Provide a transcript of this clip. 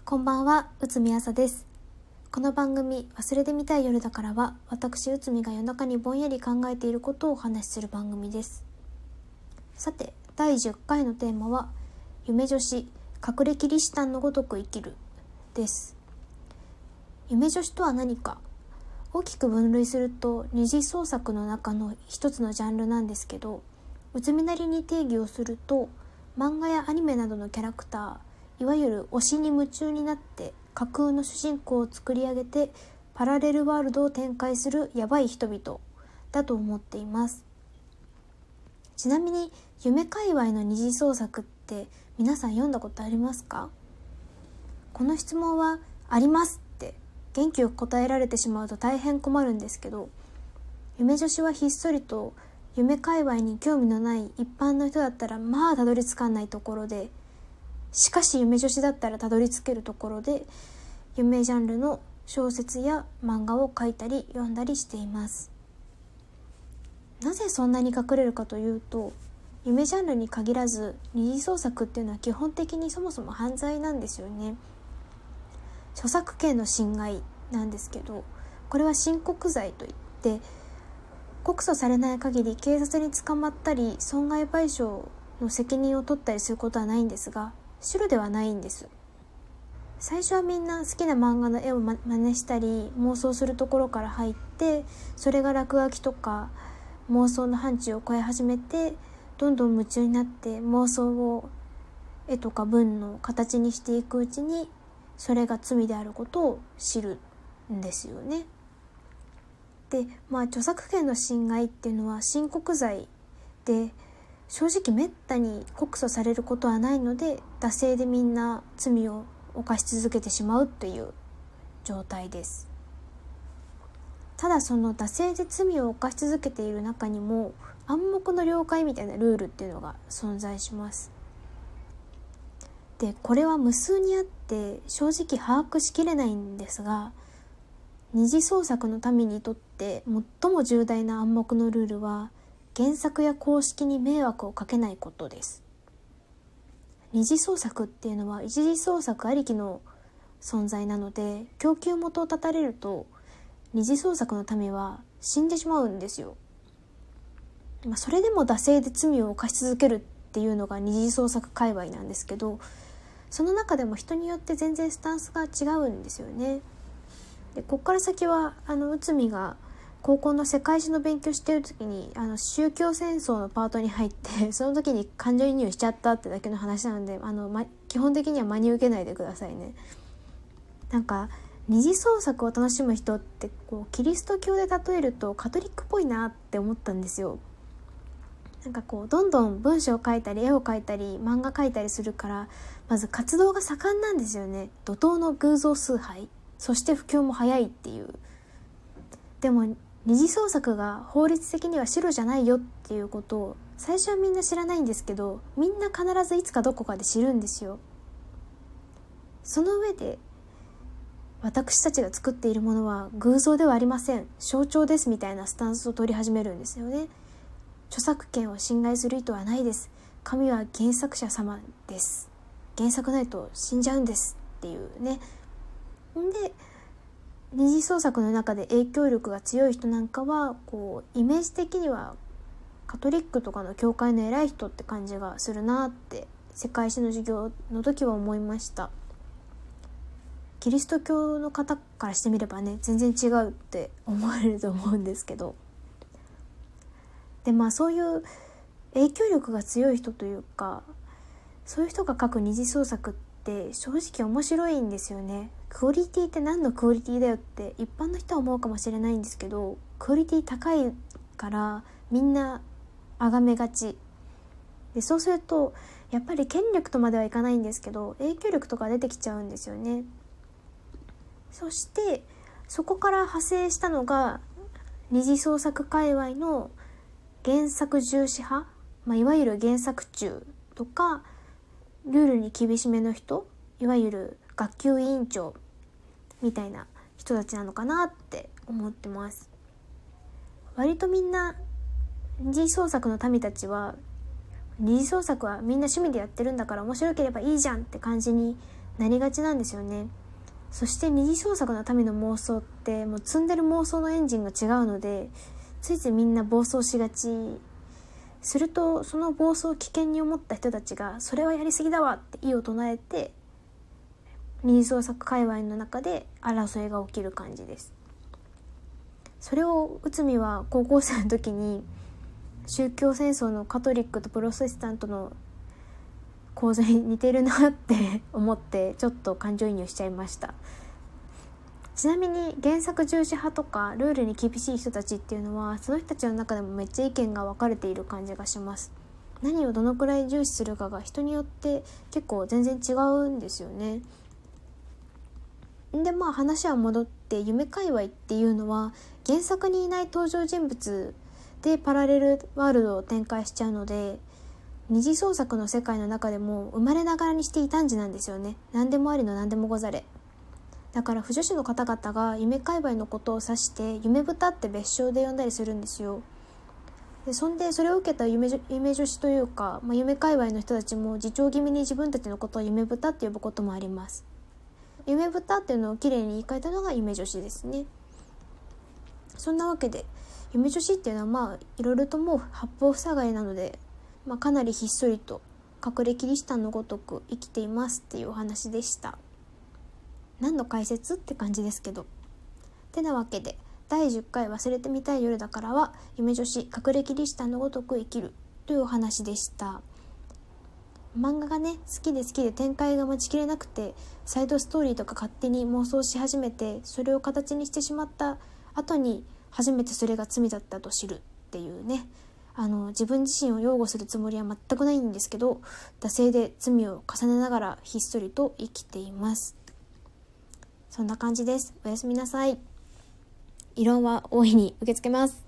こんばんは、内海朝です。この番組、忘れてみたい夜だからは、私内海が夜中にぼんやり考えていることをお話しする番組です。さて、第10回のテーマは、夢女子、隠れキリシタンのごとく生きるです。夢女子とは何か、大きく分類すると二次創作の中の一つのジャンルなんですけど、内海なりに定義をすると、漫画やアニメなどのキャラクター、いわゆる推しに夢中になって架空の主人公を作り上げてパラレルワールドを展開するヤバい人々だと思っています。ちなみに夢界隈の二次創作って皆さん読んだことありますか？この質問はありますって元気よく答えられてしまうと大変困るんですけど、夢女子はひっそりと夢界隈に興味のない一般の人だったらまあたどり着かないところで、しかし夢女子だったらたどり着けるところで、夢ジャンルの小説や漫画を書いたり読んだりしています。なぜそんなに隠れるかというと、夢ジャンルに限らず二次創作っていうのは基本的にそもそも犯罪なんですよね。著作権の侵害なんですけど、これは申告罪といって告訴されない限り警察に捕まったり損害賠償の責任を取ったりすることはないんですが、白ではないんです。最初はみんな好きな漫画の絵を真似したり妄想するところから入って、それが落書きとか妄想の範疇を超え始めて、どんどん夢中になって妄想を絵とか文の形にしていくうちに、それが罪であることを知るんですよね。で、著作権の侵害っていうのは申告罪で、正直めったに告訴されることはないので、惰性でみんな罪を犯し続けてしまうという状態です。ただその惰性で罪を犯し続けている中にも暗黙の了解みたいなルールっていうのが存在します。で、これは無数にあって正直把握しきれないんですが、二次創作の民にとって最も重大な暗黙のルールは、原作や公式に迷惑をかけないことです。二次創作っていうのは一次創作ありきの存在なので、供給元を断たれると二次創作の民は死んでしまうんですよ。それでも惰性で罪を犯し続けるっていうのが二次創作界隈なんですけど、その中でも人によって全然スタンスが違うんですよね。で、ここから先は内海が高校の世界史の勉強している時に宗教戦争のパートに入ってその時に感情移入しちゃったってだけの話なんで、基本的には真に受けないでくださいね。なんか二次創作を楽しむ人ってキリスト教で例えるとカトリックっぽいなって思ったんですよ。どんどん文章を書いたり絵を描いたり漫画描いたりするから、まず活動が盛んなんですよね。怒涛の偶像崇拝、そして布教も早いっていう。でも二次創作が法律的には白じゃないよっていうことを最初はみんな知らないんですけど、みんな必ずいつかどこかで知るんですよ。その上で、私たちが作っているものは偶像ではありません、象徴ですみたいなスタンスを取り始めるんですよね。著作権を侵害する意図はないです、神は原作者様です、原作ないと死んじゃうんですっていうね。で、二次創作の中で影響力が強い人なんかはイメージ的にはカトリックとかの教会の偉い人って感じがするなって世界史の授業の時は思いました。キリスト教の方からしてみればね、全然違うって思われると思うんですけど、でそういう影響力が強い人というか、そういう人が書く二次創作って正直面白いんですよね。クオリティって何のクオリティだよって一般の人は思うかもしれないんですけど、クオリティ高いからみんな崇めがちで、そうするとやっぱり権力とまではいかないんですけど、影響力とか出てきちゃうんですよね。そしてそこから派生したのが二次創作界隈の原作重視派、いわゆる原作中とかルールに厳しめの人、いわゆる学級委員長みたいな人たちなのかなって思ってます。割とみんな二次創作の民たちは、二次創作はみんな趣味でやってるんだから面白ければいいじゃんって感じになりがちなんですよね。そして二次創作のための妄想ってもう積んでる妄想のエンジンが違うので、ついついみんな暴走しがち。するとその暴走を危険に思った人たちがそれはやりすぎだわって異を唱えて、二次創作界隈の中で争いが起きる感じです。それを内海は高校生の時に宗教戦争のカトリックとプロテスタントの構図に似てるなって思ってちょっと感情移入しちゃいました。ちなみに原作重視派とかルールに厳しい人たちっていうのはその人たちの中でもめっちゃ意見が分かれている感じがします。何をどのくらい重視するかが人によって結構全然違うんですよね。で話は戻って、夢界隈っていうのは原作にいない登場人物でパラレルワールドを展開しちゃうので、二次創作の世界の中でも生まれながらにして異端児なんですよね。何でもありの何でもござれ。だから腐女子の方々が夢界隈のことを指して夢豚って別称で呼んだりするんですよ。でそれを受けた夢女子というか、夢界隈の人たちも自重気味に自分たちのことを夢豚って呼ぶこともあります。夢豚っていうのをきれいに言い換えたのが夢女子ですね。そんなわけで夢女子っていうのはいろいろともう八方塞がりなので、かなりひっそりと隠れキリシタンのごとく生きていますっていうお話でした。何の解説って感じですけど。てなわけで第10回忘れてみたい夜だからは夢女子隠れキリシタンのごとく生きるというお話でした。漫画がね好きで展開が待ちきれなくてサイドストーリーとか勝手に妄想し始めて、それを形にしてしまった後に初めてそれが罪だったと知るっていうね、自分自身を擁護するつもりは全くないんですけど、惰性で罪を重ねながらひっそりと生きています。そんな感じです。おやすみなさい。異論は大いに受け付けます。